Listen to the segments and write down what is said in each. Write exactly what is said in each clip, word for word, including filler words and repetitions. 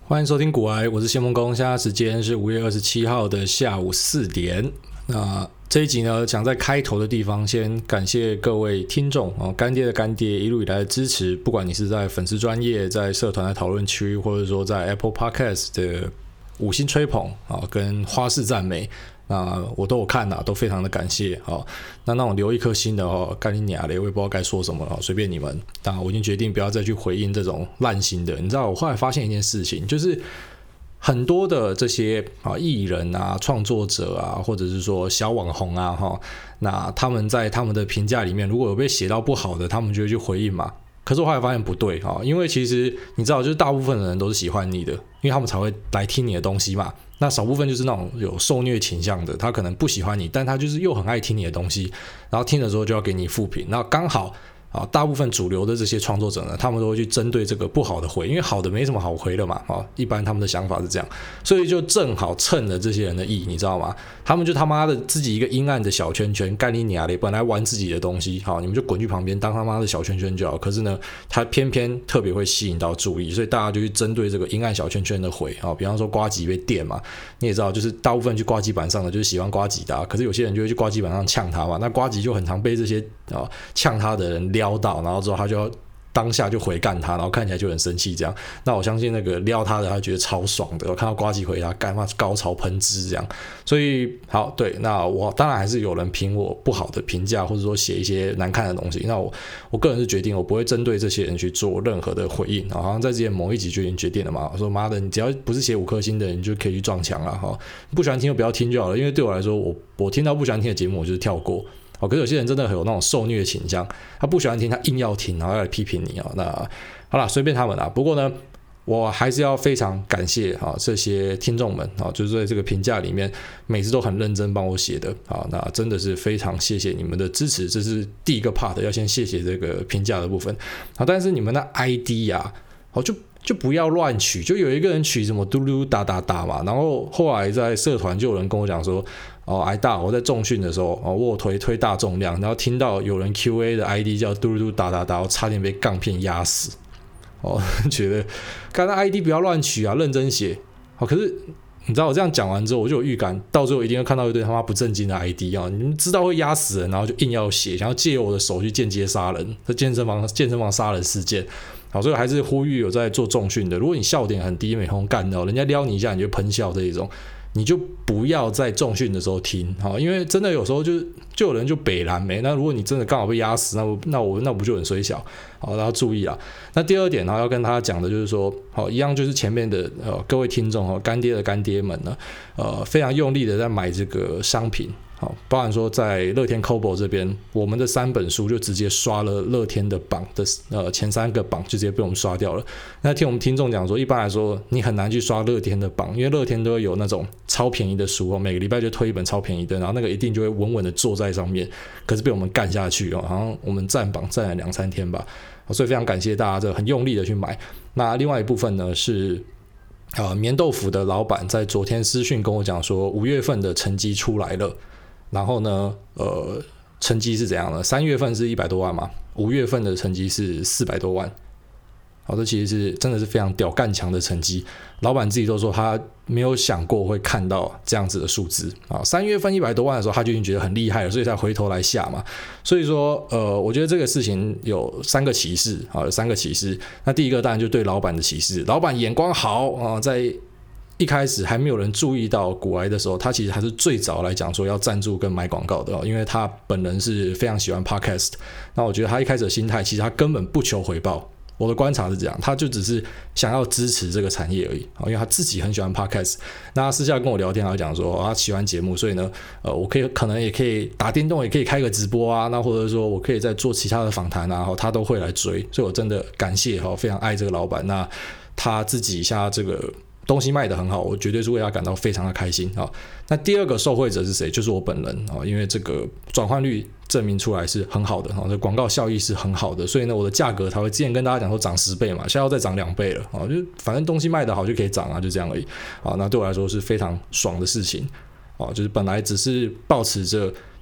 欢迎收听股癌，我是谢梦工，现在时间是五月二十七号的下午四点。那这一集呢，想在开头的地方先感谢各位听众哦，干爹的干爹一路以来的支持，不管你是在粉丝专页、在社团的讨论区，或者说在 Apple Podcast 的五星吹捧啊，跟花式赞美。那我都有看啦，都非常的感谢哦。那那种留一颗心的哦，干你娘嘞，我也不知道该说什么了，随便你们。当然，我已经决定不要再去回应这种烂心的。你知道，我后来发现一件事情，就是很多的这些啊艺人啊、创作者啊，或者是说小网红啊，哈，那他们在他们的评价里面，如果有被写到不好的，他们就会去回应嘛。可是我后来发现不对啊，因为其实你知道，就是大部分的人都是喜欢你的，因为他们才会来听你的东西嘛。那少部分就是那种有受虐倾向的，他可能不喜欢你，但他就是又很爱听你的东西，然后听的时候就要给你负评。那刚好啊，大部分主流的这些创作者呢，他们都会去针对这个不好的回，因为好的没什么好回的嘛，啊，一般他们的想法是这样，所以就正好趁了这些人的意，你知道吗？他们就他妈的自己一个阴暗的小圈圈，干你娘嘞！本来玩自己的东西，好，你们就滚去旁边当他妈的小圈圈就好。可是呢，他偏偏特别会吸引到注意，所以大家就去针对这个阴暗小圈圈的回，好，比方说呱吉被电嘛，你也知道，就是大部分去呱吉板上的就是喜欢呱吉的、啊，可是有些人就会去呱吉板上呛他嘛，那呱吉就很常被这些啊呛他的人撩到，然后之后他就要当下就回干他，然后看起来就很生气这样。那我相信那个撩他的他觉得超爽的，我看到呱吉回他干嘛高潮喷汁这样。所以好，对，那我当然还是有人评我不好的评价，或者说写一些难看的东西。那我我个人是决定我不会针对这些人去做任何的回应，好像在之前某一集就已经决定了嘛。我说妈的，你只要不是写五颗星的人，你就可以去撞墙了哈。不喜欢听就不要听就好了，因为对我来说，我我听到不喜欢听的节目我就是跳过。哦，可是有些人真的有那种受虐倾向，他不喜欢听，他硬要听，然后要来批评你啊。那好啦，随便他们啦。不过呢，我还是要非常感谢啊这些听众们啊，就是在这个评价里面，每次都很认真帮我写的啊。那真的是非常谢谢你们的支持，这是第一个 part， 要先谢谢这个评价的部分。好，但是你们的 I D 啊，好就。就不要乱取，就有一个人取什么嘟嘟哒哒哒嘛，然后后来在社团就有人跟我讲说，哦，挨大，我在重训的时候，哦，我推推大重量，然后听到有人 Q A 的 I D 叫嘟嘟哒哒哒，我差点被杠片压死，哦，觉得，刚才 I D 不要乱取啊，认真写，好，可是你知道我这样讲完之后，我就有预感，到最后一定会看到一堆他妈不正经的 I D 啊！你们知道会压死人，然后就硬要写，想要借我的手去间接杀人，这健身房健身房杀人事件。好，所以还是呼吁有在做重训的，如果你笑点很低，没空干到，人家撩你一下你就喷笑这一种，你就不要在重训的时候听，好，因为真的有时候就就有人就北蓝没，那如果你真的刚好被压死，那我那我那不就很衰小，好，大家注意啦。那第二点呢，要跟大家讲的就是说，好，一样就是前面的呃各位听众哦，干爹的干爹们呢，呃非常用力的在买这个商品。好，包含说在乐天 Kobo 这边，我们的三本书就直接刷了乐天的榜的呃前三个榜，就直接被我们刷掉了。那听我们听众讲说，一般来说你很难去刷乐天的榜，因为乐天都会有那种超便宜的书哦，每个礼拜就推一本超便宜的，然后那个一定就会稳稳的坐在上面。可是被我们干下去哦，好像我们占榜占了两三天吧，所以非常感谢大家这很用力的去买。那另外一部分呢是。呃，棉豆腐的老板在昨天私讯跟我讲说，五月份的成绩出来了。然后呢，呃，成绩是怎样呢？三月份是一百多万嘛，五月份的成绩是四百多万。好，这其实是真的是非常屌干强的成绩。老板自己都说他没有想过会看到这样子的数字啊。三月份一百多万的时候，他就已经觉得很厉害了，所以才回头来下嘛。所以说，呃，我觉得这个事情有三个启示啊，有三个启示。那第一个当然就对老板的启示，老板眼光好啊，在。一开始还没有人注意到股癌的时候，他其实还是最早来讲说要赞助跟买广告的、哦、因为他本人是非常喜欢 podcast。那我觉得他一开始的心态，其实他根本不求回报。我的观察是这样，他就只是想要支持这个产业而已，因为他自己很喜欢 podcast。那他私下跟我聊天，他讲说、哦、他喜欢节目，所以呢，呃，我可以可能也可以打电动，也可以开个直播啊，那或者说我可以再做其他的访谈啊，他都会来追。所以我真的感谢哈，非常爱这个老板。那他自己下这个。东西卖得很好，我绝对是为他感到非常的开心啊。那第二个受惠者是谁？就是我本人啊，因为这个转换率证明出来是很好的啊，这广告效益是很好的，所以呢，我的价格才会之前跟大家讲说涨十倍嘛，现在要再涨两倍了啊，就反正东西卖得好就可以涨啊，就这样而已啊。那对我来说是非常爽的事情啊，就是本来只是抱持着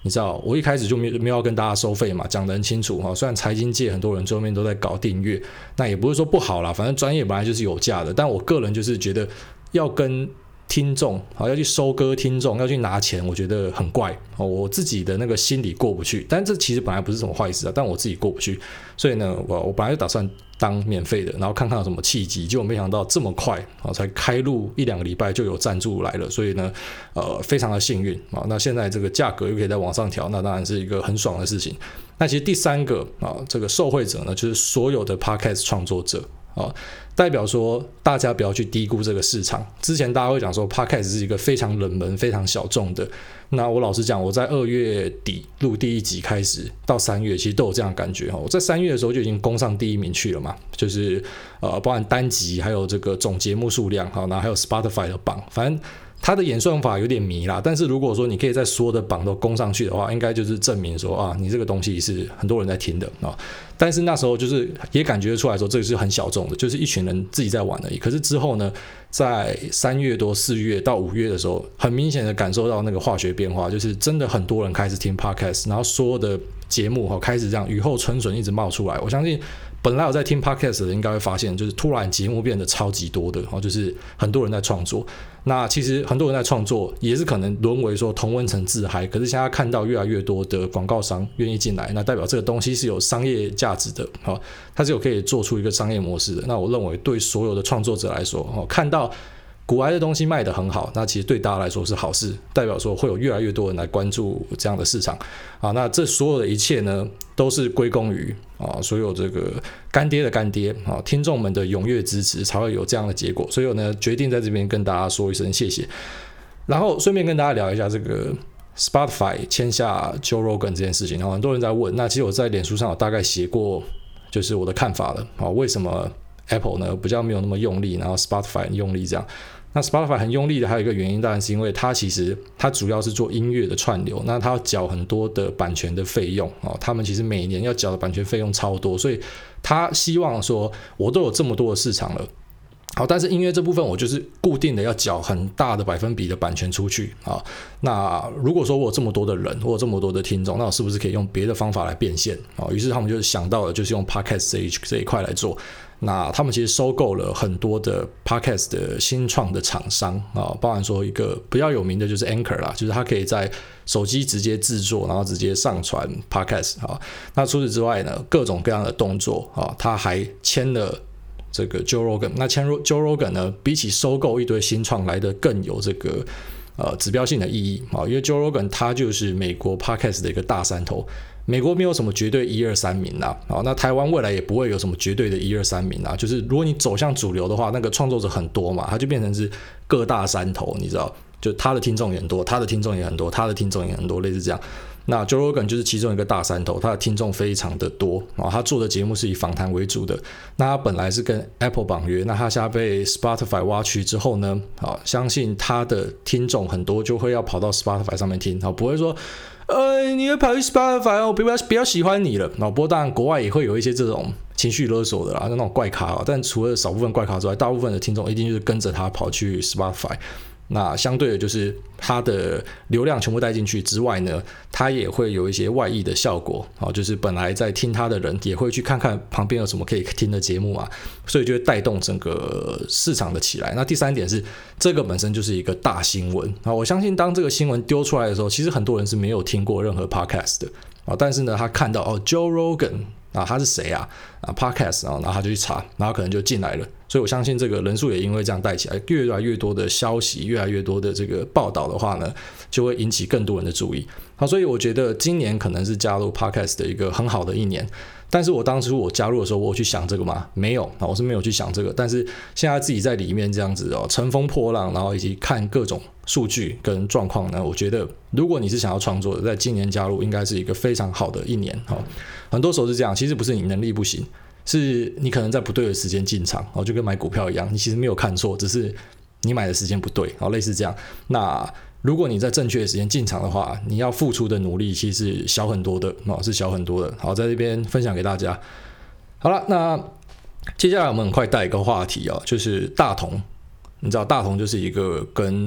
你知道我一开始就没有没有要跟大家收费嘛，讲得很清楚哈。虽然财经界很多人最后面都在搞订阅，那也不是说不好啦，反正专业本来就是有价的。但我个人就是觉得要跟听众好要去收割听众，要去拿钱，我觉得很怪哦，我自己的那个心里过不去。但这其实本来不是什么坏事啊，但我自己过不去，所以呢，我我本来就打算当免费的，然后看看有什么契机，结果没想到这么快啊，才开录一两个礼拜就有赞助来了，所以呢，呃，非常的幸运啊。那现在这个价格又可以再往上调，那当然是一个很爽的事情。那其实第三个啊，这个受惠者呢，就是所有的 Podcast 创作者。啊，代表说大家不要去低估这个市场。之前大家会讲说 Podcast 是一个非常冷门、非常小众的。那我老实讲，我在二月底录第一集开始，到三月其实都有这样的感觉。我在三月的时候就已经攻上第一名去了嘛，就是呃，包含单集，还有这个总节目数量，然后还有 Spotify 的榜，反正。它的演算法有点迷啦，但是如果说你可以在所有的榜都攻上去的话，应该就是证明说啊，你这个东西是很多人在听的啊。但是那时候就是也感觉出来说，这个是很小众的，就是一群人自己在玩而已。可是之后呢，在三月多、四月到五月的时候，很明显的感受到那个化学变化，就是真的很多人开始听 podcast， 然后所有的节目哈开始这样雨后春笋一直冒出来。我相信。本来有在听 podcast 的人应该会发现，就是突然节目变得超级多的，就是很多人在创作。那其实很多人在创作，也是可能沦为说同温层自嗨。可是现在看到越来越多的广告商愿意进来，那代表这个东西是有商业价值的，它是有可以做出一个商业模式的。那我认为对所有的创作者来说，看到股癌的东西卖得很好，那其实对大家来说是好事，代表说会有越来越多人来关注这样的市场啊。那这所有的一切呢，都是归功于啊所有这个干爹的干爹啊听众们的踊跃支持，才会有这样的结果。所以我呢决定在这边跟大家说一声谢谢，然后顺便跟大家聊一下这个 Spotify 签下 Joe Rogan 这件事情。很多人在问，那其实我在脸书上有大概写过，就是我的看法了啊，为什么 Apple 呢比较没有那么用力，然后 Spotify 很用力这样。那 Spotify 很用力的还有一个原因，当然是因为它其实它主要是做音乐的串流，那它要缴很多的版权的费用哦，他们其实每年要缴的版权费用超多，所以他希望说我都有这么多的市场了。好，但是音乐这部分我就是固定的要缴很大的百分比的版权出去啊。那如果说我有这么多的人，我有这么多的听众，那我是不是可以用别的方法来变现啊？于是他们就想到了，就是用 Podcast 这一这一块来做。那他们其实收购了很多的 Podcast 的新创的厂商啊，包含说一个比较有名的就是 Anchor 啦，就是它可以在手机直接制作，然后直接上传 Podcast 啊。那除此之外呢，各种各样的动作啊，他还签了。这个 Joe Rogan， 那签 Joe Rogan 呢，比起收购一堆新创来的更有这个呃指标性的意义啊，因为 Joe Rogan 他就是美国 Podcast 的一个大山头，美国没有什么绝对一二三名啦，啊，那台湾未来也不会有什么绝对的一二三名啦，就是如果你走向主流的话，那个创作者很多嘛，他就变成是各大山头，你知道，就他的听众也很多，他的听众也很多，他的听众也很多，类似这样。那 Joe Rogan 就是其中一个大山头，他的听众非常的多，他做的节目是以访谈为主的。那他本来是跟 Apple 绑约，那他现在被 Spotify 挖去之后呢，相信他的听众很多就会要跑到 Spotify 上面听，不会说呃，你会跑去 Spotify 哦，不要不要喜欢你了。不过当然国外也会有一些这种情绪勒索的啦，那种怪咖，但除了少部分怪咖之外，大部分的听众一定就是跟着他跑去 Spotify。那相对的就是它的流量全部带进去之外呢，它也会有一些外溢的效果，就是本来在听它的人也会去看看旁边有什么可以听的节目嘛，所以就会带动整个市场的起来。那第三点是这个本身就是一个大新闻，我相信当这个新闻丢出来的时候，其实很多人是没有听过任何 podcast 的，但是呢他看到哦 Joe Rogan啊，他是谁啊？啊 ，Podcast， 然后然后他就去查，然后可能就进来了。所以我相信这个人数也因为这样带起来，越来越多的消息，越来越多的这个报道的话呢，就会引起更多人的注意。好，所以我觉得今年可能是加入 Podcast 的一个很好的一年。但是我当初我加入的时候，我有去想这个吗？没有，我是没有去想这个。但是现在自己在里面这样子哦，乘风破浪，然后以及看各种数据跟状况呢，我觉得如果你是想要创作的，在今年加入应该是一个非常好的一年。很多时候是这样，其实不是你能力不行，是你可能在不对的时间进场，就跟买股票一样，你其实没有看错，只是你买的时间不对，类似这样。那如果你在正确的时间进场的话，你要付出的努力其实是小很多的，是小很多的。好，在这边分享给大家。好了，那接下来我们很快带一个话题啊，就是大同。你知道大同就是一个跟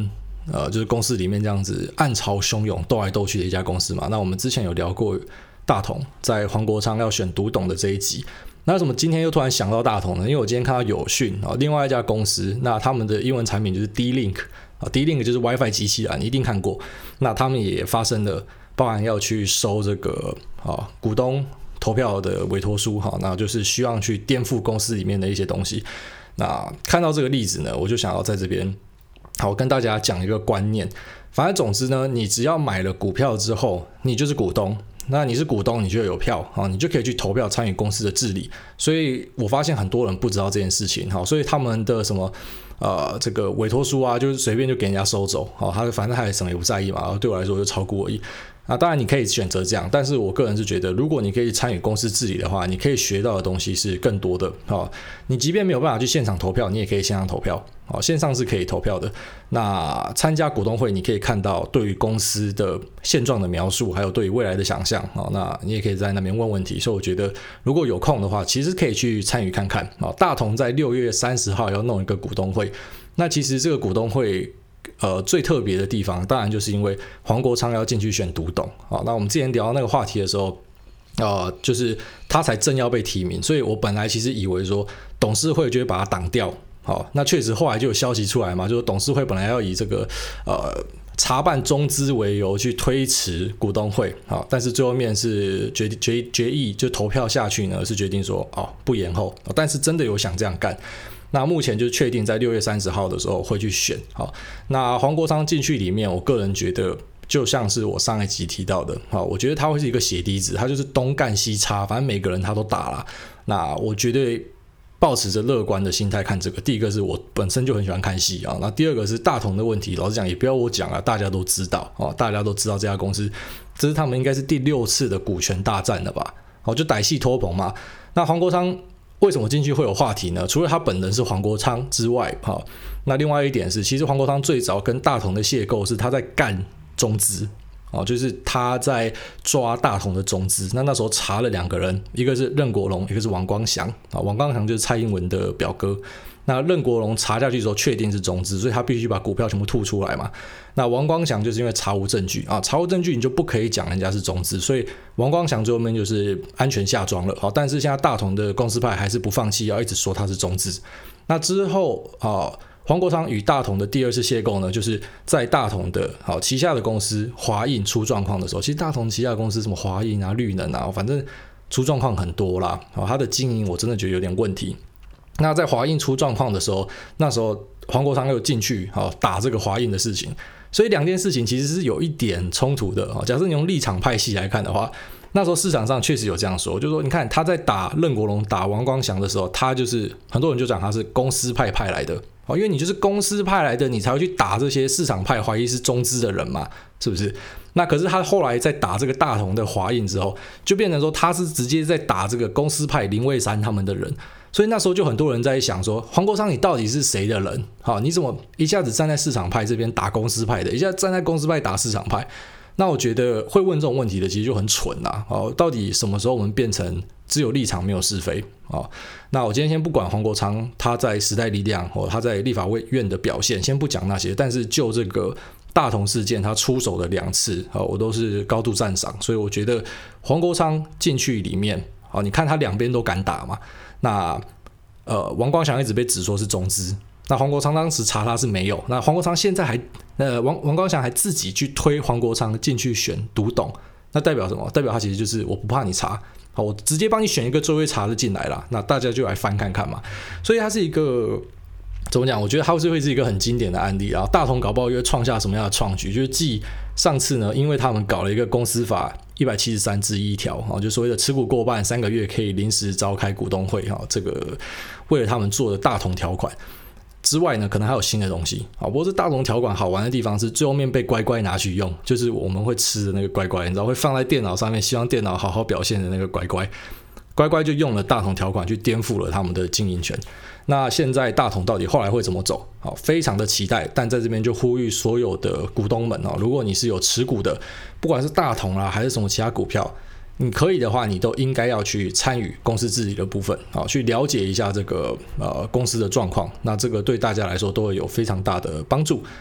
呃，就是公司里面这样子暗潮汹涌、斗来斗去的一家公司嘛。那我们之前有聊过大同在黄国昌要选独董的这一集。那为什么今天又突然想到大同呢？因为我今天看到友讯啊，另外一家公司，那他们的英文产品就是 D-Link 啊 ，D-Link 就是 WiFi 机器人，你一定看过。那他们也发生了，包含要去收这个啊股东投票的委托书哈，那就是需要去颠覆公司里面的一些东西。那看到这个例子呢，我就想要在这边好跟大家讲一个观念。反正总之呢，你只要买了股票之后，你就是股东。那你是股东，你就有票啊，你就可以去投票参与公司的治理。所以我发现很多人不知道这件事情，好，所以他们的什么呃这个委托书啊，就是随便就给人家收走，好，他反正他也什么也不在意嘛，对我来说就超过而已。那当然你可以选择这样，但是我个人是觉得，如果你可以参与公司治理的话，你可以学到的东西是更多的。哦，你即便没有办法去现场投票，你也可以线上投票。哦，线上是可以投票的。那参加股东会，你可以看到对于公司的现状的描述，还有对于未来的想象。哦，那你也可以在那边问问题。所以我觉得，如果有空的话，其实可以去参与看看。哦，大同在六月三十号要弄一个股东会，那其实这个股东会。呃，最特别的地方，当然就是因为黄国昌要进去选独董啊。那我们之前聊到那个话题的时候，呃，就是他才正要被提名，所以我本来其实以为说董事会就会把他挡掉。好，那确实后来就有消息出来嘛，就是董事会本来要以这个呃查办中资为由去推迟股东会啊，但是最后面是决决决议就投票下去呢，是决定说哦不延后，但是真的有想这样干。那目前就确定在六月三十号的时候会去选。好，那黄国昌进去里面，我个人觉得就像是我上一集提到的，好，我觉得他会是一个血滴子，他就是东干西插，反正每个人他都打啦。那我绝对抱持着乐观的心态看这个。第一个是我本身就很喜欢看戏啊，那第二个是大同的问题，老实讲也不要我讲啊，大家都知道哦，大家都知道这家公司，这是他们应该是第六次的股权大战了吧？好，就歹戏拖棚嘛。那黄国昌。为什么进去会有话题呢？除了他本人是黄国昌之外，好，那另外一点是，其实黄国昌最早跟大同的邂逅是他在干中资，哦，就是他在抓大同的中资。那那时候查了两个人，一个是任国龙，一个是王光祥啊。王光祥就是蔡英文的表哥。那任国龙查下去之后确定是中资，所以他必须把股票全部吐出来嘛。那王光祥就是因为查无证据啊，查无证据你就不可以讲人家是中资，所以王光祥最后面就是安全下庄了。好，但是现在大同的公司派还是不放弃，要一直说他是中资。那之后啊，黄国昌与大同的第二次邂逅呢，就是在大同的好旗下的公司华映出状况的时候，其实大同旗下的公司什么华映啊、绿能啊，反正出状况很多啦。好，他的经营我真的觉得有点问题。那在华映出状况的时候，那时候黄国昌又进去好打这个华映的事情，所以两件事情其实是有一点冲突的。假设你用立场派系来看的话，那时候市场上确实有这样说，就是说你看他在打任国龙、打王光祥的时候，他就是很多人就讲他是公司派派来的，因为你就是公司派来的，你才会去打这些市场派怀疑是中资的人嘛，是不是？那可是他后来在打这个大同的华映之后，就变成说他是直接在打这个公司派林蔚山他们的人。所以那时候就很多人在想说，黄国昌你到底是谁的人？好，你怎么一下子站在市场派这边打公司派的，一下子站在公司派打市场派？那我觉得会问这种问题的其实就很蠢啦。哦，到底什么时候我们变成只有立场没有是非？哦，那我今天先不管黄国昌他在时代力量或、哦、他在立法院的表现，先不讲那些，但是就这个大同事件他出手的两次、哦、我都是高度赞赏。所以我觉得黄国昌进去里面，哦，你看他两边都敢打嘛。那呃，王光祥一直被指说是中资，那黄国昌当时查他是没有，那黄国昌现在还呃王王光祥还自己去推黄国昌进去选独董，那代表什么？代表他其实就是我不怕你查，好，我直接帮你选一个最会查的进来啦，那大家就来翻看看嘛。所以他是一个怎么讲？我觉得他是会是一个很经典的案例啊。大同搞不好又会创下什么样的创举？就是继上次呢，因为他们搞了一个公司法一百七十三之一条，就所谓的持股过半三个月可以临时召开股东会，这个为了他们做的大同条款之外呢，可能还有新的东西。不过这大同条款好玩的地方是最后面被乖乖拿去用，就是我们会吃的那个乖乖，你知道会放在电脑上面，希望电脑好好表现的那个乖乖。乖乖就用了大同条款去颠覆了他们的经营权。那现在大同到底后来会怎么走？好，非常的期待。但在这边就呼吁所有的股东们，如果你是有持股的，不管是大同啦还是什么其他股票，你可以的话，你都应该要去参与公司治理的部分，好，去了解一下这个呃公司的状况。那这个对大家来说都会有非常大的帮助。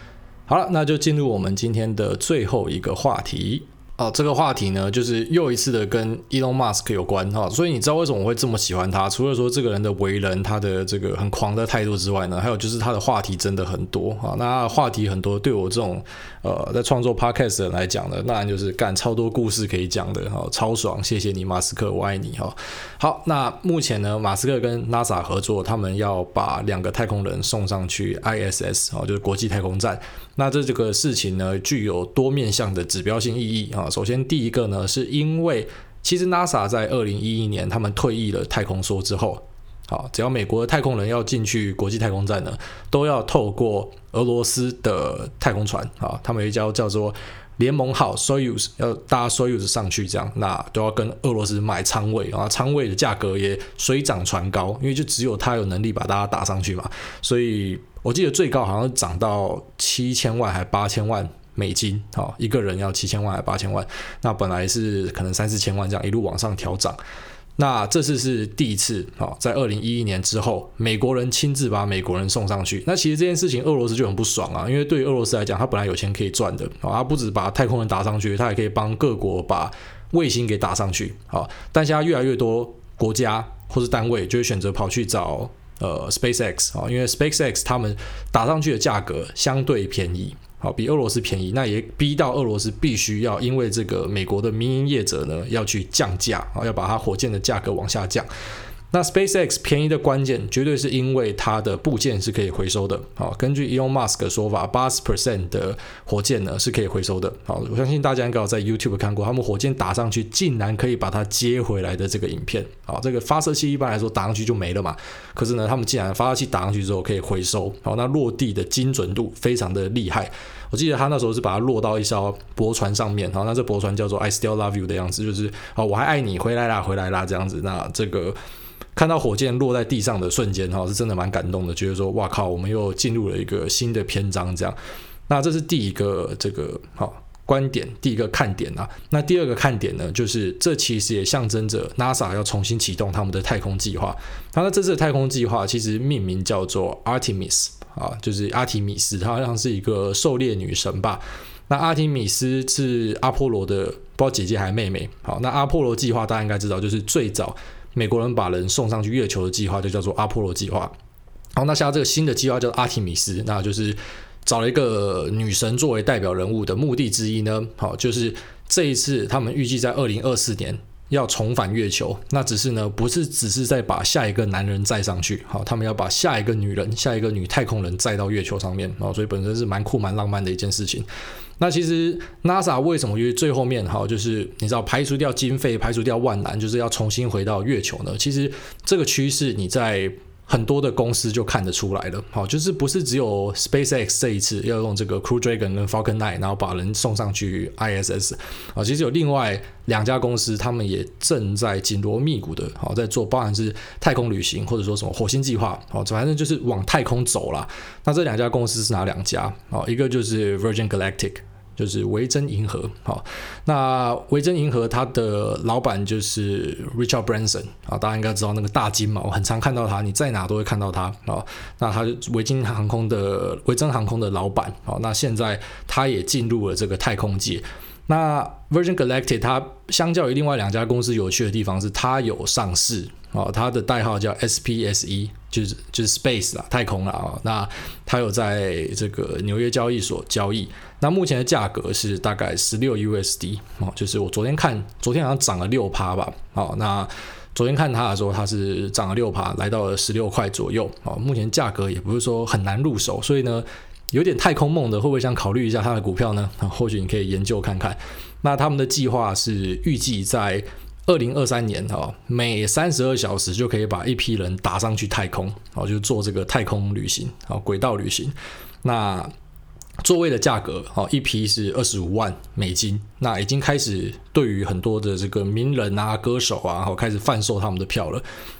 好了，那就进入我们今天的最后一个话题。哦，这个话题呢，就是又一次的跟 Elon Musk 有关哈、哦，所以你知道为什么我会这么喜欢他？除了说这个人的为人，他的这个很狂的态度之外呢，还有就是他的话题真的很多啊、哦。那话题很多，对我这种呃在创作 podcast 的人来讲呢，当然就是干超多故事可以讲的哈、哦，超爽！谢谢你，马斯克，我爱你哈、哦。好，那目前呢，马斯克跟 NASA 合作，他们要把两个太空人送上去 I S S 哦，就是国际太空站。那这这个事情呢，具有多面向的指标性意义啊。首先，第一个呢，是因为其实 NASA 在二零一一年他们退役了太空梭之后，好，只要美国的太空人要进去国际太空站呢，都要透过俄罗斯的太空船啊，他们有一叫叫做联盟号 Soyuz 要搭 Soyuz 上去，这样那都要跟俄罗斯买舱位，然后舱位的价格也水涨船高，因为就只有他有能力把大家打上去嘛，所以我记得最高好像涨到七千万还八千万美金，好，一个人要七千万还八千万，那本来是可能三四千万这样一路往上调涨。那这次是第一次，在二零一一年之后，美国人亲自把美国人送上去。那其实这件事情俄罗斯就很不爽啊，因为对于俄罗斯来讲，他本来有钱可以赚的，他不止把太空人打上去，他也可以帮各国把卫星给打上去。但现在越来越多国家或是单位就会选择跑去找呃 SpaceX， 因为 SpaceX 他们打上去的价格相对便宜。好，比俄罗斯便宜，那也逼到俄罗斯必须要因为这个美国的民营业者呢要去降价，要把它火箭的价格往下降。那 SpaceX 便宜的关键绝对是因为它的部件是可以回收的。好，根据 Elon Musk 的说法 百分之八十 的火箭呢是可以回收的。好，我相信大家应该有在 YouTube 看过他们火箭打上去竟然可以把它接回来的这个影片。好，这个发射器一般来说打上去就没了嘛，可是呢他们竟然发射器打上去之后可以回收。好，那落地的精准度非常的厉害。我记得他那时候是把它落到一艘驳船上面，好，那这驳船叫做 I still love you 的样子，就是好我还爱你，回来啦回来啦这样子。那这个看到火箭落在地上的瞬间，是真的蛮感动的，觉得说哇靠，我们又进入了一个新的篇章这样。那这是第一个这个好观点，第一个看点啊。那第二个看点呢，就是这其实也象征着 NASA 要重新启动他们的太空计划。那这次的太空计划其实命名叫做 Artemis 啊，就是阿提米斯，它好像是一个狩猎女神吧。那阿提米斯是阿波罗的不知道姐姐还是妹妹。好，那阿波罗计划大家应该知道，就是最早美国人把人送上去月球的计划就叫做阿波罗计划。好，那现在这个新的计划叫做阿提米斯，那就是找了一个女神作为代表人物的目的之一呢，好，就是这一次他们预计在二零二四年要重返月球，那只是呢不是只是在把下一个男人载上去，好，他们要把下一个女人下一个女太空人载到月球上面，所以本身是蛮酷蛮浪漫的一件事情。那其实 NASA 为什么就是最后面好，就是你知道排除掉经费排除掉万难，就是要重新回到月球呢？其实这个趋势你在很多的公司就看得出来了，好，就是不是只有 SpaceX 这一次要用这个 Crew Dragon 跟 Falcon 九，然后把人送上去 I S S， 好，其实有另外两家公司，他们也正在紧锣密鼓的，好，在做，包含是太空旅行或者说什么火星计划，好，反正就是往太空走啦。那这两家公司是哪两家？好，一个就是 Virgin Galactic。就是维珍银河，好，那维珍银河它的老板就是 Richard Branson 啊，大家应该知道那个大金毛，很常看到他，你在哪都会看到他啊。那他维珍航空的维珍航空的老板，好，那现在他也进入了这个太空界。那 Virgin Galactic 它相较于另外两家公司有趣的地方是，它有上市，哦，它的代号叫 S P S E， 就是就是 Space 啦，太空啦，哦，那它有在这个纽约交易所交易。那目前的价格是大概十六 U S D，哦，就是我昨天看，昨天好像涨了 百分之六 吧，哦，那昨天看它的时候，它是涨了 百分之六， 来到了十六块左右，哦，目前价格也不是说很难入手，所以呢。有点太空梦的，会不会想考虑一下他的股票呢？或许你可以研究看看。那他们的计划是预计在二零二三年，每三十二小时就可以把一批人打上去太空，就做这个太空旅行，轨道旅行。那座位的价格一批是二十五万美金，那已经开始对于很多的这个名人啊、歌手啊，开始贩售他们的票了。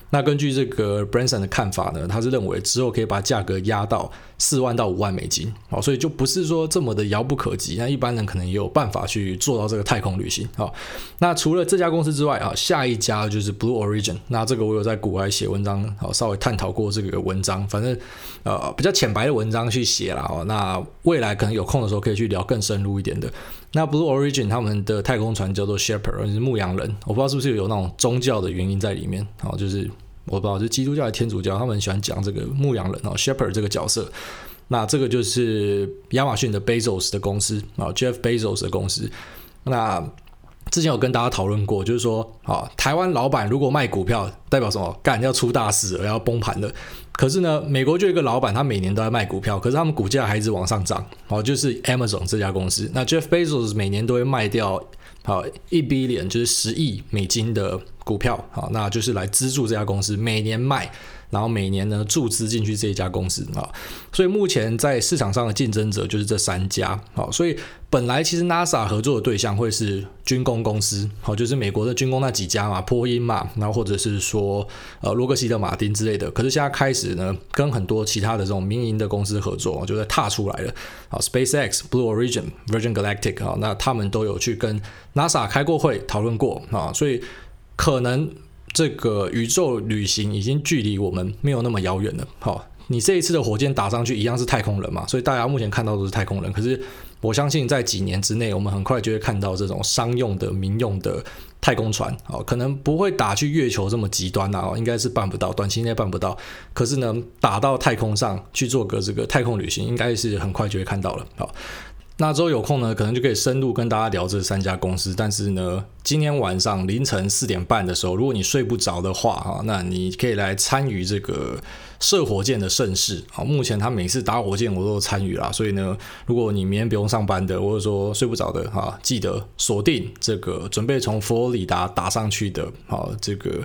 那根据这个 Branson 的看法呢，他是认为之后可以把价格压到四万到五万美金，好，所以就不是说这么的遥不可及。那一般人可能也有办法去做到这个太空旅行。好，那除了这家公司之外啊，下一家就是 Blue Origin。那这个我有在股外写文章，好，稍微探讨过这个文章，反正呃比较浅白的文章去写啦。哦，那未来可能有空的时候可以去聊更深入一点的。那 Blue Origin 他们的太空船叫做 Shepherd， 就是牧羊人，我不知道是不是有那种宗教的原因在里面，好，就是我不知道，就是基督教还是天主教，他们很喜欢讲这个牧羊人 Shepherd 这个角色。那这个就是亚马逊的 Bezos 的公司 Jeff Bezos 的公司。那之前有跟大家讨论过，就是说台湾老板如果卖股票代表什么？干，要出大事了，要崩盘了。可是呢，美国就有一个老板，他每年都在卖股票，可是他们股价还一直往上涨，好，就是 Amazon 这家公司。那 Jeff Bezos 每年都会卖掉好一 billion， 就是十亿美金的股票，好，那就是来资助这家公司，每年卖，然后每年呢注资进去这一家公司啊。所以目前在市场上的竞争者就是这三家，好，所以本来其实 NASA 合作的对象会是军工公司，好，就是美国的军工那几家嘛，波音嘛，然后或者是说呃洛克希德马丁之类的。可是现在开始呢，跟很多其他的这种民营的公司合作，就在踏出来了。好 ，SpaceX、Blue Origin、Virgin Galactic 啊，那他们都有去跟 NASA 开过会讨论过啊，所以可能这个宇宙旅行已经距离我们没有那么遥远了。好，你这一次的火箭打上去一样是太空人嘛，所以大家目前看到都是太空人。可是我相信在几年之内，我们很快就会看到这种商用的、民用的太空船，可能不会打去月球这么极端啊，应该是办不到，短期内办不到。可是呢，打到太空上去做个这个太空旅行，应该是很快就会看到了。好，那之后有空呢，可能就可以深入跟大家聊这三家公司。但是呢，今天晚上凌晨四点半的时候，如果你睡不着的话，那你可以来参与这个射火箭的盛事。目前他每次打火箭我都有参与啦，所以呢，如果你明天不用上班的，或者说睡不着的，记得锁定这个准备从佛罗里达打上去的这个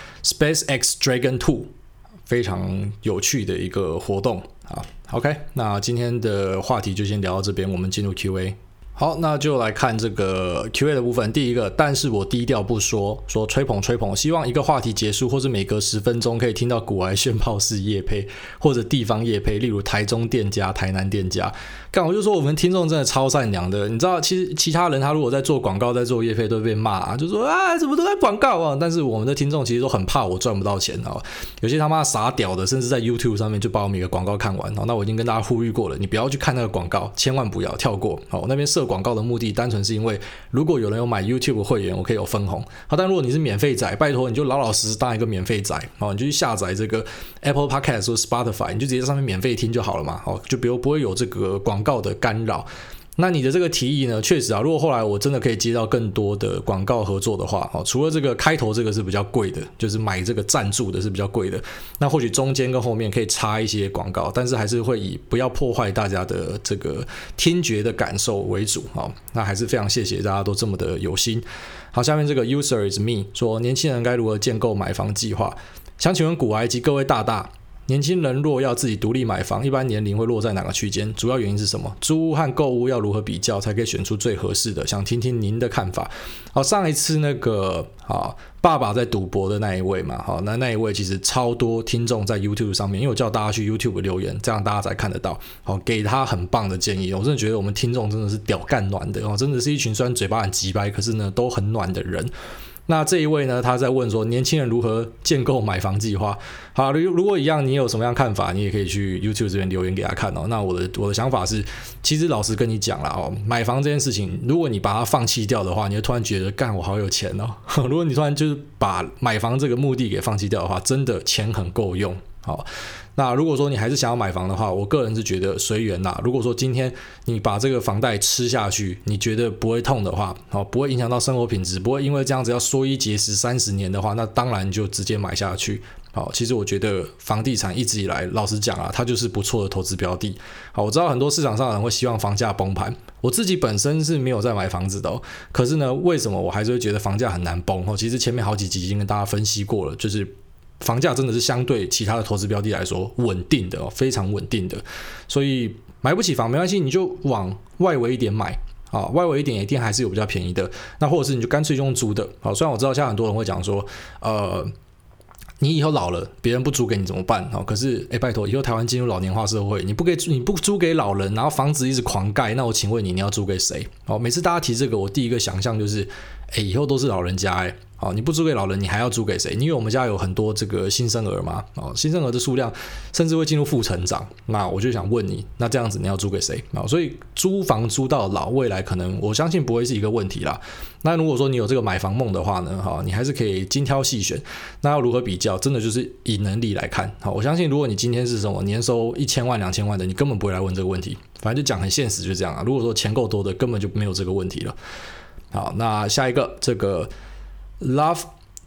SpaceX Dragon 二，非常有趣的一个活动。好 ，OK， 那今天的话题就先聊到这边，我们进入 Q A。好，那就来看这个 Q A 的部分。第一个，但是我低调不说，说吹捧吹捧，希望一个话题结束，或是每隔十分钟可以听到股癌宣炮式业配，或者地方业配，例如台中店家、台南店家。干，我就说我们听众真的超善良的，你知道，其实其他人他如果在做广告、在做业配都会被骂、啊，就说啊怎么都在广告啊。但是我们的听众其实都很怕我赚不到钱啊，有些他妈傻屌的，甚至在 YouTube 上面就把我们一个广告看完。那我已经跟大家呼吁过了，你不要去看那个广告，千万不要跳过。好，那边设广告的目的单纯是因为如果有人有买 YouTube 会员，我可以有分红。好，但如果你是免费仔，拜托你就老老实实当一个免费仔，好，你就去下载这个 Apple Podcast 或 Spotify， 你就直接在上面免费听就好了嘛，好，就不会有这个广告的干扰。那你的这个提议呢，确实啊，如果后来我真的可以接到更多的广告合作的话，除了这个开头这个是比较贵的，就是买这个赞助的是比较贵的，那或许中间跟后面可以插一些广告，但是还是会以不要破坏大家的这个听觉的感受为主。好，那还是非常谢谢大家都这么的有心。好，下面这个 user is me 说，年轻人该如何建构买房计划？想请问股癌及各位大大，年轻人若要自己独立买房，一般年龄会落在哪个区间？主要原因是什么？租屋和购屋要如何比较才可以选出最合适的？想听听您的看法。好，上一次那个啊爸爸在赌博的那一位嘛，好，那那一位其实超多听众在 YouTube 上面，因为我叫大家去 YouTube 留言，这样大家才看得到。好，给他很棒的建议，我真的觉得我们听众真的是屌干暖的哦，真的是一群虽然嘴巴很急掰，可是呢都很暖的人。那这一位呢，他在问说年轻人如何建构买房计划。好，如果一样你有什么样看法，你也可以去 YouTube 这边留言给他看哦。那我的我的想法是，其实老实跟你讲啦哦，买房这件事情，如果你把它放弃掉的话，你会突然觉得干我好有钱哦。如果你突然就是把买房这个目的给放弃掉的话，真的钱很够用。好，那如果说你还是想要买房的话，我个人是觉得随缘啦。如果说今天你把这个房贷吃下去，你觉得不会痛的话，好，不会影响到生活品质，不会因为这样子要缩衣节食三十年的话，那当然就直接买下去。好，其实我觉得房地产一直以来，老实讲啊，它就是不错的投资标的。好，我知道很多市场上的人会希望房价崩盘，我自己本身是没有在买房子的哦。可是呢，为什么我还是会觉得房价很难崩？哦，其实前面好几集已经跟大家分析过了，就是房价真的是相对其他的投资标的来说稳定的，非常稳定的，所以买不起房没关系，你就往外围一点买。好，外围一点一定还是有比较便宜的，那或者是你就干脆用租的。好，虽然我知道现在很多人会讲说，呃， 你以后老了，别人不租给你怎么办？哦，可是哎，拜托，以后台湾进入老年化社会，你不给你不租给老人，然后房子一直狂盖，那我请问你，你要租给谁？哦，每次大家提这个，我第一个想象就是，哎，以后都是老人家，哎，哦，你不租给老人，你还要租给谁？因为我们家有很多这个新生儿嘛，哦，新生儿的数量甚至会进入负成长，那我就想问你，那这样子你要租给谁？哦，所以租房租到老，未来可能我相信不会是一个问题啦。那如果说你有这个买房梦的话呢，哈，你还是可以精挑细选。那要如何比较？真的就是以能力来看。好，我相信如果你今天是什么年收一千万、两千万的，你根本不会来问这个问题。反正就讲很现实，就这样啊。如果说钱够多的，根本就没有这个问题了。好，那下一个这个 Love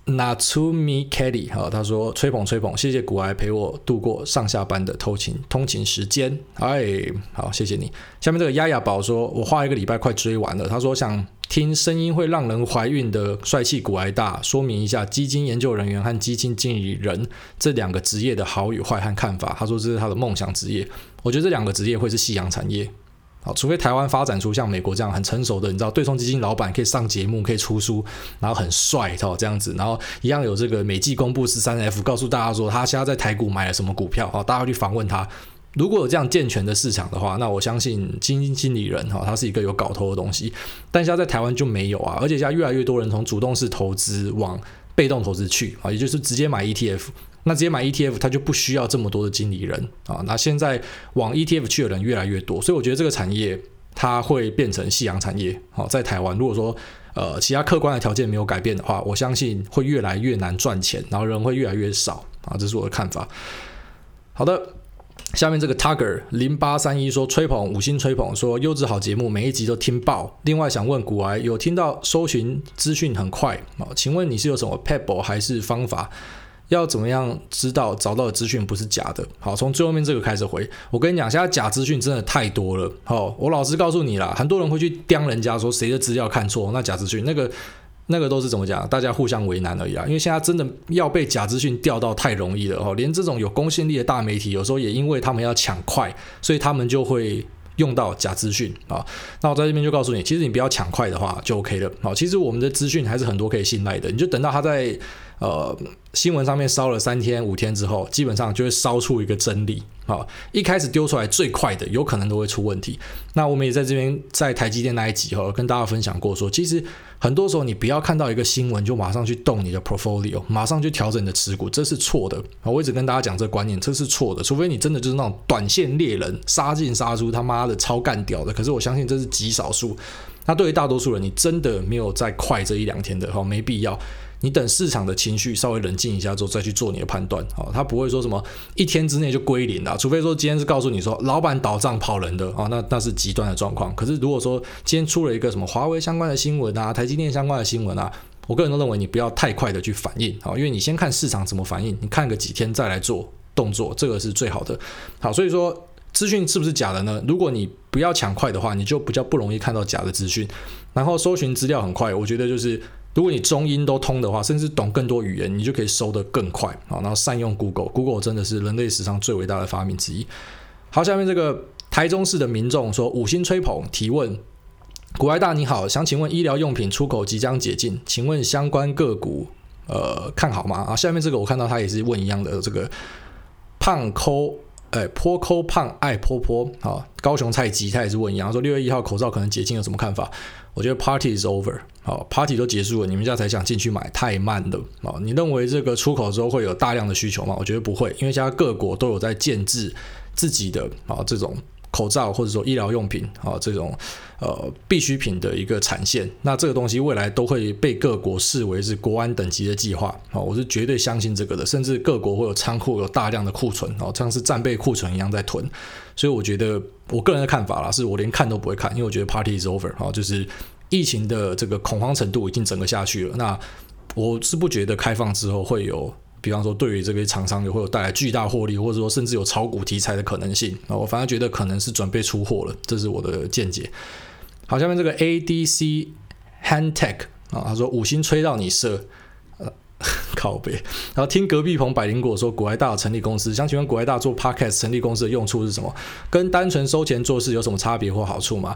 Natsumi Kelly 好，他说吹捧吹捧，谢谢股癌陪我度过上下班的通勤通勤时间。哎，好，谢谢你。下面这个丫丫宝说，我花一个礼拜快追完了。他说想听声音会让人怀孕的帅气股癌大说明一下基金研究人员和基金经理人这两个职业的好与坏和看法。他说这是他的梦想职业。我觉得这两个职业会是夕阳产业。好，除非台湾发展出像美国这样很成熟的，你知道对冲基金老板可以上节目，可以出书，然后很帅这样子，然后一样有这个每季公布 十三 F 告诉大家说他现在在台股买了什么股票，大家去访问他。如果有这样健全的市场的话，那我相信基金经理人他是一个有搞头的东西，但现在在台湾就没有啊，而且现在越来越多人从主动式投资往被动投资去，也就是直接买 E T F。那直接买 E T F 它就不需要这么多的经理人啊。那现在往 E T F 去的人越来越多，所以我觉得这个产业它会变成夕阳产业。好，在台湾如果说呃其他客观的条件没有改变的话，我相信会越来越难赚钱，然后人会越来越少啊，这是我的看法。好的。下面这个 Tiger 零八三一说吹捧五星吹捧，说优质好节目，每一集都听爆。另外想问股癌，有听到搜寻资讯很快，请问你是有什么 pebble 还是方法？要怎么样知道找到的资讯不是假的？好，从最后面这个开始回。我跟你讲，现在假资讯真的太多了。好，我老实告诉你啦，很多人会去刁人家说谁的资料看错，那假资讯那个那个都是怎么讲？大家互相为难而已啦。因为现在真的要被假资讯钓到太容易了，连这种有公信力的大媒体，有时候也因为他们要抢快，所以他们就会用到假资讯啊。那我在这边就告诉你，其实你不要抢快的话就 OK 了。好，其实我们的资讯还是很多可以信赖的，你就等到他在呃新闻上面烧了三天五天之后，基本上就会烧出一个真理。好，一开始丢出来最快的，有可能都会出问题。那我们也在这边在台积电那一集哈，跟大家分享过说，其实很多时候你不要看到一个新闻就马上去动你的 portfolio， 马上去调整你的持股，这是错的。我一直跟大家讲这个观念，这是错的。除非你真的就是那种短线猎人，杀进杀出，他妈的超干屌的。可是我相信这是极少数。那对于大多数人，你真的没有再快这一两天的，没必要。你等市场的情绪稍微冷静一下之后再去做你的判断，他不会说什么一天之内就归零啦，除非说今天是告诉你说老板倒账跑人的，那那是极端的状况。可是如果说今天出了一个什么华为相关的新闻啊，台积电相关的新闻啊，我个人都认为你不要太快的去反应，因为你先看市场怎么反应，你看个几天再来做动作，这个是最好的。好，所以说资讯是不是假的呢？如果你不要抢快的话，你就比较不容易看到假的资讯。然后搜寻资料很快，我觉得就是如果你中英都通的话，甚至懂更多语言，你就可以收得更快。好，然后善用 Google， Google 真的是人类史上最伟大的发明之一。好，下面这个台中市的民众说五星吹捧提问，股癌大你好，想请问医疗用品出口即将解禁，请问相关个股呃看好吗？啊，下面这个我看到他也是问一样的，这个胖抠。哎，坡抠胖爱坡坡，好，高雄菜鸡他也是问一样，说六月一号口罩可能解禁有什么看法？我觉得 party is over， 好 ，party 都结束了，你们家才想进去买，太慢了。好，你认为这个出口之后会有大量的需求吗？我觉得不会，因为现在各国都有在建制自己的啊这种口罩或者说医疗用品啊这种呃必需品的一个产线，那这个东西未来都会被各国视为是国安等级的计划，我是绝对相信这个的，甚至各国会有仓库有大量的库存，像是战备库存一样在囤，所以我觉得我个人的看法啦，是我连看都不会看，因为我觉得 party is over， 就是疫情的这个恐慌程度已经整个下去了，那我是不觉得开放之后会有比方说对于这个厂商也会有带来巨大获利，或者说甚至有炒股题材的可能性，我反而觉得可能是准备出货了，这是我的见解。好，下面这个 A D C Handtech 他说五星吹到你射靠北，然后听隔壁棚百灵果说股癌大有成立公司，想请问股癌大做 Podcast 成立公司的用处是什么？跟单纯收钱做事有什么差别或好处吗？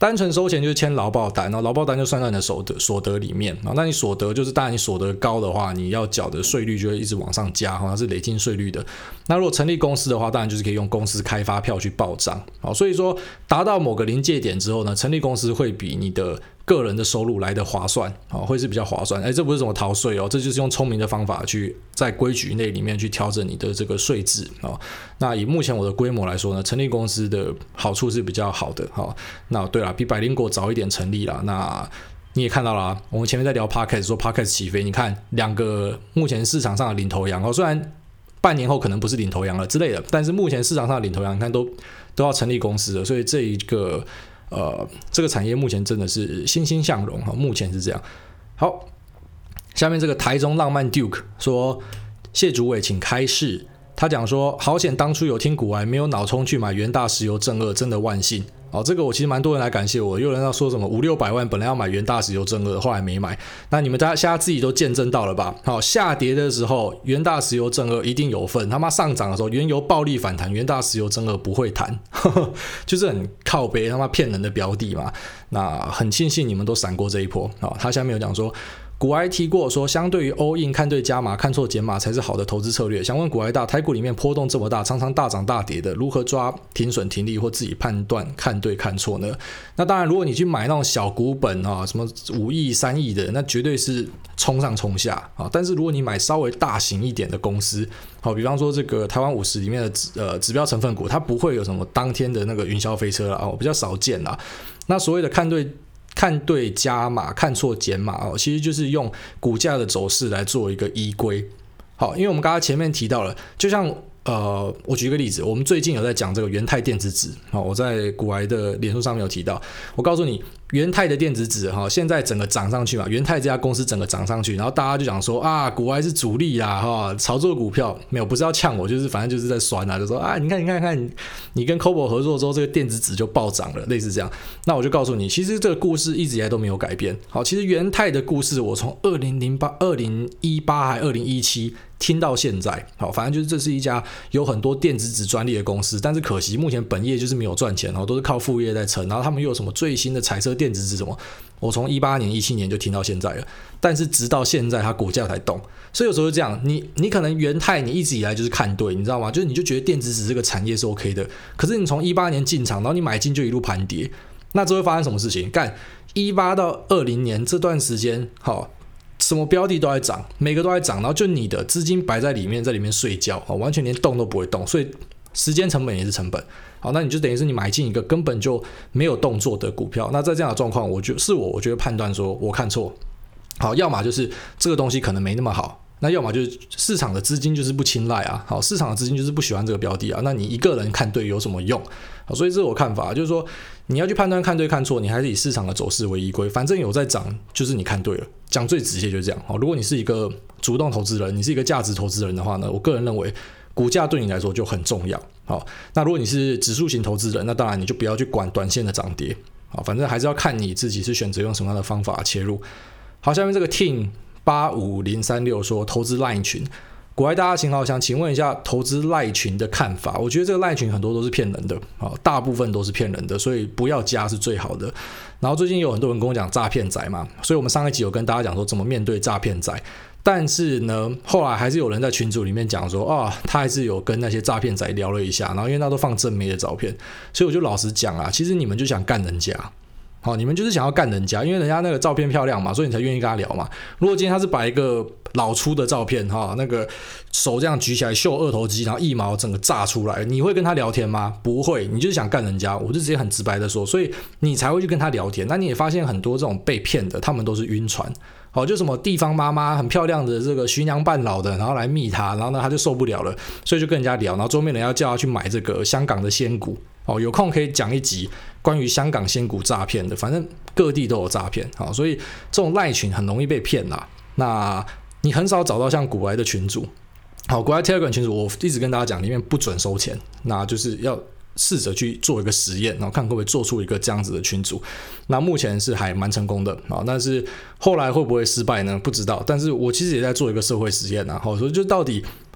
单纯收钱就是签劳报单，然后劳报单就算在你的所得所得里面，然后那你所得就是当然你所得高的话，你要缴的税率就会一直往上加，它是累进税率的。那如果成立公司的话，当然就是可以用公司开发票去报账。好，所以说达到某个临界点之后呢，成立公司会比你的个人的收入来的划算，会是比较划算。哎，这不是什么逃税哦，这就是用聪明的方法去在规矩内里面去调整你的这个税制哦。那以目前我的规模来说呢，成立公司的好处是比较好的。好，那对啦，比百灵果早一点成立啦。那你也看到了，我们前面在聊 Podcast 说 Podcast 起飞，你看两个目前市场上的领头羊哦，虽然半年后可能不是领头羊了之类的，但是目前市场上的领头羊，你看都都要成立公司了，所以这一个呃这个产业目前真的是欣欣向荣，目前是这样。好，下面这个台中浪漫 Duke 说，谢主委请开示。他讲说，好险当初有听股癌，没有脑冲去买元大石油正二，真的万幸。哦，这个我其实蛮多人来感谢我，有人要说什么五六百万本来要买元大石油正二，后来没买。那你们大家现在自己都见证到了吧？好，下跌的时候元大石油正二一定有份，他妈上涨的时候原油暴力反弹，元大石油正二不会弹，就是很靠北他妈骗人的标的嘛。那很庆幸你们都闪过这一波。好，他下面有讲说，股癌提过说，相对于 all in 看对加码，看错减码才是好的投资策略。想问股癌大，台股里面波动这么大，常常大涨大跌的，如何抓停损停利或自己判断看对看错呢？那当然，如果你去买那种小股本啊，什么五亿三亿的，那绝对是冲上冲下啊。但是如果你买稍微大型一点的公司，好，比方说这个台湾五十里面的指呃指标成分股，它不会有什么当天的那个云霄飞车啦，哦，比较少见啦。那所谓的看对。看对加码，看错减码哦，其实就是用股价的走势来做一个依归。好，因为我们刚刚前面提到了，就像呃，我举一个例子，我们最近有在讲这个元泰电子纸，好，我在股癌的脸书上面有提到，我告诉你，元泰的电子纸哈，现在整个涨上去嘛，元泰这家公司整个涨上去，然后大家就讲说啊，股癌是主力啦，哈，炒作股票没有，不是要呛我，就是反正就是在酸啊，就说啊，你看你看看，你跟 Kobo 合作之后，这个电子纸就暴涨了，类似这样。那我就告诉你，其实这个故事一直以来都没有改变。好，其实元泰的故事，我从二零零八、二零一八还二零一七。听到现在，好，反正就是这是一家有很多电子纸专利的公司，但是可惜目前本业就是没有赚钱，都是靠副业在撑。然后他们又有什么最新的彩色电子纸什么，我从一八年、一七年就听到现在了，但是直到现在它股价才动。所以有时候是这样，你你可能元泰你一直以来就是看对，你知道吗？就是你就觉得电子纸这个产业是 OK 的，可是你从一八年进场，然后你买进就一路盘跌，那这会发生什么事情？干一八到二零年这段时间，好。什么标的都在涨，每个都在涨，然后就你的资金摆在里面，在里面睡觉，完全连动都不会动，所以时间成本也是成本。好，那你就等于是你买进一个根本就没有动作的股票。那在这样的状况，我觉得是我，我觉得判断说我看错。好，要么就是这个东西可能没那么好，那要么就是市场的资金就是不青睐啊。好，市场的资金就是不喜欢这个标的啊。那你一个人看对有什么用？好，所以这是我看法，就是说你要去判断看对看错，你还是以市场的走势为依归。反正有在涨，就是你看对了。讲最直接就是这样。好，如果你是一个主动投资人，你是一个价值投资人的话呢，我个人认为股价对你来说就很重要。好，那如果你是指数型投资人，那当然你就不要去管短线的涨跌。好，反正还是要看你自己是选择用什么样的方法切入。好，下面这个 Team 八五零三六说投资 LINE 群。国外大家请好，想请问一下投资LINE群的看法。我觉得这个LINE群很多都是骗人的，大部分都是骗人的，所以不要加是最好的。然后最近有很多人跟我讲诈骗仔嘛，所以我们上一集有跟大家讲说怎么面对诈骗仔。但是呢，后来还是有人在群组里面讲说，哦，他还是有跟那些诈骗仔聊了一下，然后因为他都放正妹的照片，所以我就老实讲啊，其实你们就想干人家。好，你们就是想要干人家，因为人家那个照片漂亮嘛，所以你才愿意跟他聊嘛。如果今天他是摆一个老粗的照片，哈，那个手这样举起来秀二头肌，然后一毛整个炸出来，你会跟他聊天吗？不会，你就是想干人家，我就直接很直白的说，所以你才会去跟他聊天。那你也发现很多这种被骗的，他们都是晕船。好，就什么地方妈妈很漂亮的这个徐娘半老的，然后来密他，然后呢他就受不了了，所以就跟人家聊，然后桌面人要叫他去买这个香港的仙股。哦，有空可以讲一集关于香港仙股诈骗的，反正各地都有诈骗。好，所以这种赖群很容易被骗啦。那你很少找到像股癌的群组。好，股癌 Telegram 群组我一直跟大家讲，里面不准收钱，那就是要试着去做一个实验，然后看会不会做出一个这样子的群组。那目前是还蛮成功的啊，但是后来会不会失败呢？不知道。但是我其实也在做一个社会实验啊，好，所以就到底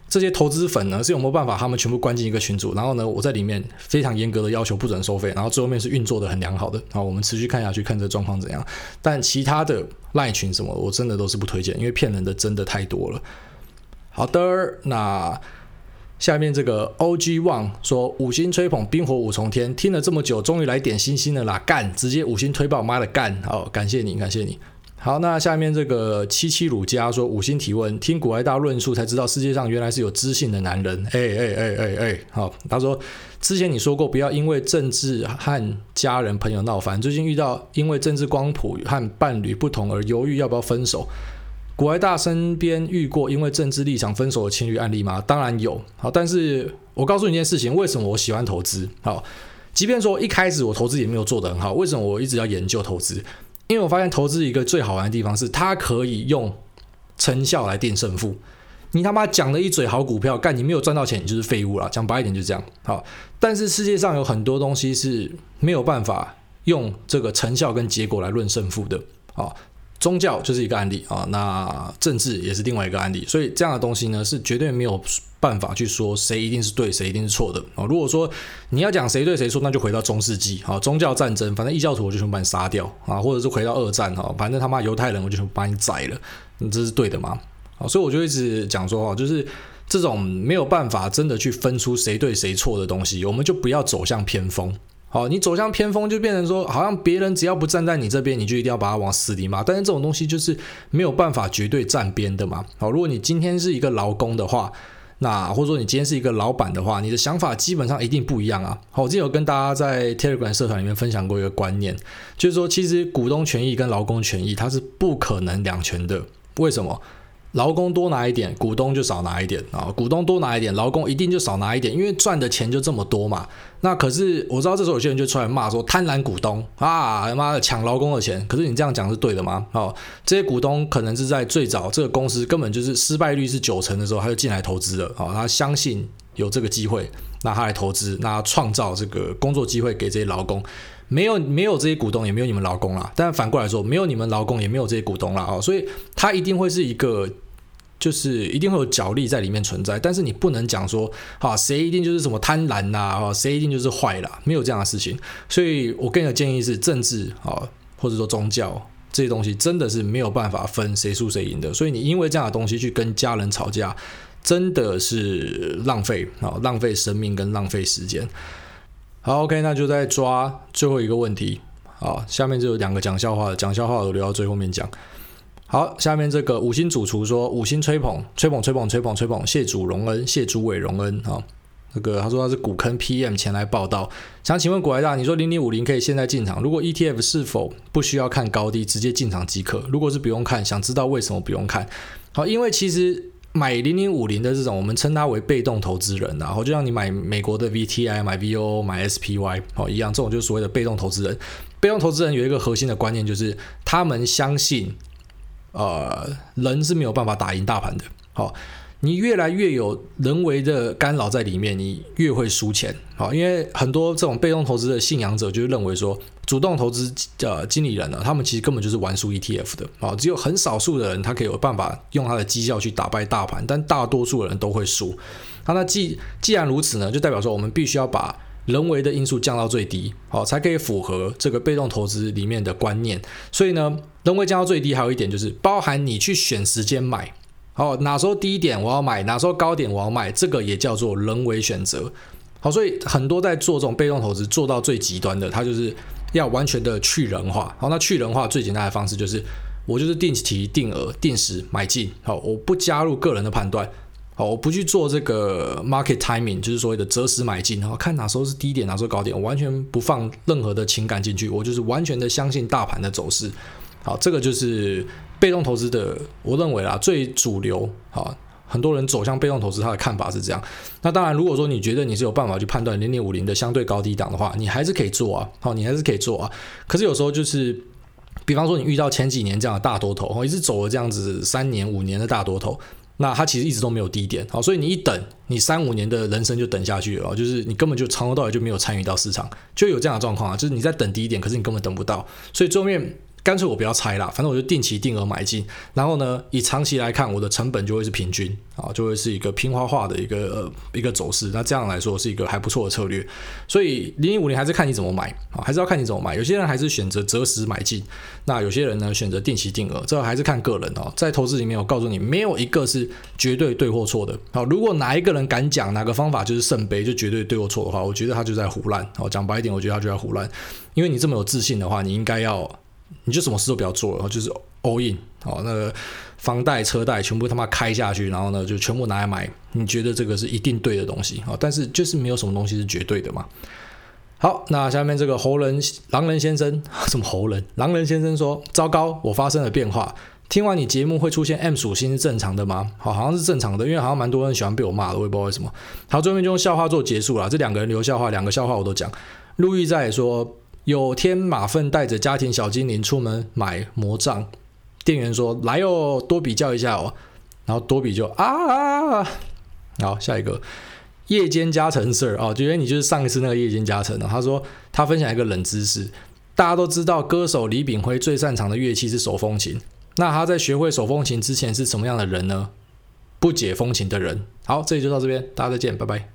这些投资粉呢是有没有办法他们全部关进一个群组，然后呢我在里面非常严格的要求不准收费，然后最后面是运作的很良好的，好，我们持续看下去看这状况怎样。但其他的 LINE 群什么我真的都是不推荐，因为骗人的真的太多了。好的，那下面这个 O G One 说五星吹捧冰火五重天，听了这么久终于来点星星了啦，干，直接五星推爆，妈的干，好，感谢你感谢你。好，那下面这个七七乳加说五星提问，听古埃大论述才知道世界上原来是有知性的男人。哎哎哎哎哎，好，他说之前你说过不要因为政治和家人朋友闹翻，最近遇到因为政治光谱和伴侣不同而犹豫要不要分手。古埃大身边遇过因为政治立场分手的情侣案例吗？当然有。好，但是我告诉你一件事情，为什么我喜欢投资？好，即便说一开始我投资也没有做得很好，为什么我一直要研究投资？因为我发现投资一个最好玩的地方是它可以用成效来定胜负。你他妈讲了一嘴好股票，干你没有赚到钱你就是废物啦，讲白一点就这样。好，但是世界上有很多东西是没有办法用这个成效跟结果来论胜负的。好，宗教就是一个案例啊，那政治也是另外一个案例，所以这样的东西呢是绝对没有办法去说谁一定是对谁一定是错的啊。如果说你要讲谁对谁错，那就回到中世纪啊，宗教战争，反正异教徒我就全部把你杀掉啊，或者是回到二战啊，反正他妈犹太人我就全部把你宰了，你这是对的吗？啊，所以我就一直讲说啊，就是这种没有办法真的去分出谁对谁错的东西，我们就不要走向偏锋。好，你走向偏锋就变成说，好像别人只要不站在你这边，你就一定要把他往死里骂。但是这种东西就是没有办法绝对站边的嘛。好，如果你今天是一个劳工的话，那或者说你今天是一个老板的话，你的想法基本上一定不一样啊。好，我之前有跟大家在 Telegram 社团里面分享过一个观念，就是说其实股东权益跟劳工权益它是不可能两全的。为什么？劳工多拿一点，股东就少拿一点啊；股东多拿一点，劳工一定就少拿一点，因为赚的钱就这么多嘛。那可是我知道这时候有些人就出来骂说贪婪股东啊，他妈的抢劳工的钱。可是你这样讲是对的吗？哦，这些股东可能是在最早这个公司根本就是失败率是九成的时候，他就进来投资了。哦，他相信有这个机会，那他来投资，那创造这个工作机会给这些劳工。没有没有这些股东，也没有你们劳工啦。但反过来说，没有你们劳工，也没有这些股东啦。哦，所以他一定会是一个。就是一定会有角力在里面存在，但是你不能讲说啊谁一定就是什么贪婪啦，啊谁一定就是坏啦，没有这样的事情。所以我给你的建议是，政治啊或者说宗教这些东西真的是没有办法分谁输谁赢的。所以你因为这样的东西去跟家人吵架，真的是浪费啊，浪费生命跟浪费时间。好 ，OK， 那就再抓最后一个问题。好，下面就有两个讲笑话的，讲笑话我留到最后面讲。好，下面这个五星主厨说五星吹捧吹捧吹捧吹捧吹捧，谢主隆恩，谢诸位隆恩啊。这个他说他是股坑 P M 前来报道，想请问股海大，你说零零五零可以现在进场，如果 E T F 是否不需要看高低，直接进场即可？如果是不用看，想知道为什么不用看？好，因为其实买零零五零的这种，我们称它为被动投资人，然后就像你买美国的 V T I、买 V O O、买 S P Y 哦一样，这种就是所谓的被动投资人。被动投资人有一个核心的观念，就是他们相信。呃，人是没有办法打赢大盘的。好，你越来越有人为的干扰在里面，你越会输钱。好，因为很多这种被动投资的信仰者就认为说，主动投资呃经理人呢，他们其实根本就是玩输 E T F 的。好，只有很少数的人他可以有办法用他的绩效去打败大盘，但大多数的人都会输。好，那既既然如此呢，就代表说我们必须要把人为的因素降到最低，好，才可以符合这个被动投资里面的观念。所以呢，人为降到最低，还有一点就是包含你去选时间买，好，哪时候低点我要买，哪时候高点我要卖，这个也叫做人为选择。好，所以很多在做这种被动投资做到最极端的，它就是要完全的去人化。好，那去人化最简单的方式就是我就是定期定额定时买进，好，我不加入个人的判断。好，我不去做这个 market timing， 就是所谓的择时买进，看哪时候是低点，哪时候高点，我完全不放任何的情感进去，我就是完全的相信大盘的走势。好，这个就是被动投资的，我认为啦最主流。好，很多人走向被动投资，他的看法是这样。那当然，如果说你觉得你是有办法去判断零零五零的相对高低档的话，你还是可以做啊。好，你还是可以做啊。可是有时候就是，比方说你遇到前几年这样的大多头，一直走了这样子三年五年的大多头。那它其实一直都没有低点，好，所以你一等，你三五年的人生就等下去了，就是你根本就从头到尾就没有参与到市场，就有这样的状况啊，就是你在等低点，可是你根本等不到，所以最后面干脆我不要猜啦，反正我就定期定额买进，然后呢，以长期来看，我的成本就会是平均啊，就会是一个平滑化的一个、呃、一个走势。那这样来说是一个还不错的策略。所以零零五零还是看你怎么买啊，还是要看你怎么买。有些人还是选择择时买进，那有些人呢选择定期定额，这还是看个人哦。在投资里面，我告诉你，没有一个是绝对对或错的。好，如果哪一个人敢讲哪个方法就是圣杯，就绝对对或错的话，我觉得他就在胡乱。哦，讲白一点，我觉得他就在胡乱。因为你这么有自信的话，你应该要。你就什么事都不要做了，就是 all in 哦，那个房贷、车贷全部他妈开下去，然后呢就全部拿来买，你觉得这个是一定对的东西啊、哦？但是就是没有什么东西是绝对的嘛。好，那下面这个猴人狼人先生，什么猴人？狼人先生说：糟糕，我发生了变化。听完你节目会出现 M 属性是正常的吗？好，好像是正常的，因为好像蛮多人喜欢被我骂的，我也不知道为什么。好，最后面就用笑话做结束了。这两个人留笑话，两个笑话我都讲。路易在说。有天马粪带着家庭小精灵出门买魔杖，店员说来哦，多比较一下哦，然后多比就啊，好，下一个夜间加成 Sir 哦，觉得你就是上一次那个夜间加成、哦、他说他分享一个冷知识，大家都知道歌手李炳辉最擅长的乐器是手风琴，那他在学会手风琴之前是什么样的人呢？不解风情的人。好，这里就到这边，大家再见，拜拜。